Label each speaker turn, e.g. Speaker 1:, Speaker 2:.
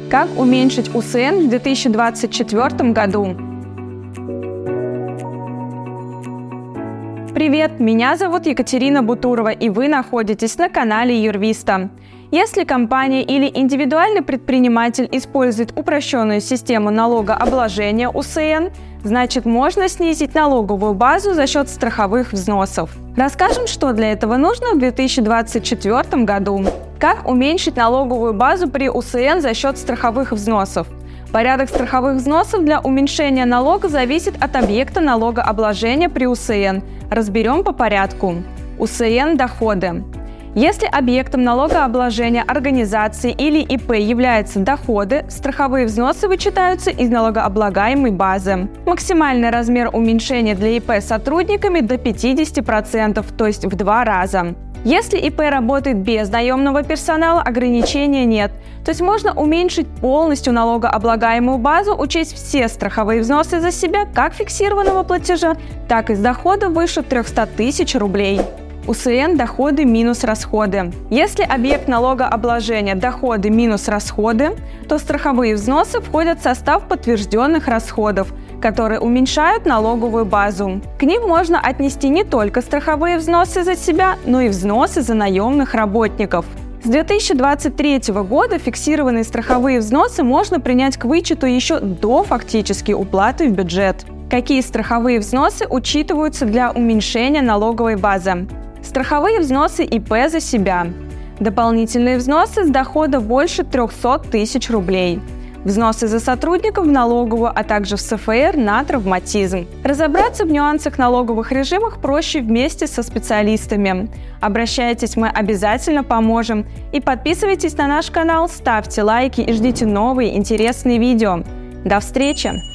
Speaker 1: Как уменьшить УСН в 2024 году? Привет, меня зовут Екатерина Бутурова, и вы находитесь на канале Юрвиста. Если компания или индивидуальный предприниматель использует упрощенную систему налогообложения УСН, значит, можно снизить налоговую базу за счет страховых взносов. Расскажем, что для этого нужно в 2024 году. Как уменьшить налоговую базу при УСН за счет страховых взносов? Порядок страховых взносов для уменьшения налога зависит от объекта налогообложения при УСН. Разберем по порядку. УСН – доходы. Если объектом налогообложения организации или ИП являются доходы, страховые взносы вычитаются из налогооблагаемой базы. Максимальный размер уменьшения для ИП сотрудниками до 50%, то есть в 2 раза. Если ИП работает без наемного персонала, ограничения нет, то есть можно уменьшить полностью налогооблагаемую базу, учесть все страховые взносы за себя, как фиксированного платежа, так и с дохода выше 300 тысяч рублей. УСН – доходы минус расходы. Если объект налогообложения – доходы минус расходы, то страховые взносы входят в состав подтвержденных расходов, которые уменьшают налоговую базу. К ним можно отнести не только страховые взносы за себя, но и взносы за наемных работников. С 2023 года фиксированные страховые взносы можно принять к вычету еще до фактической уплаты в бюджет. Какие страховые взносы учитываются для уменьшения налоговой базы? Страховые взносы ИП за себя. Дополнительные взносы с дохода больше 300 тысяч рублей. Взносы за сотрудников в налоговую, а также в СФР на травматизм. Разобраться в нюансах налоговых режимах проще вместе со специалистами. Обращайтесь, мы обязательно поможем. И подписывайтесь на наш канал, ставьте лайки и ждите новые интересные видео. До встречи!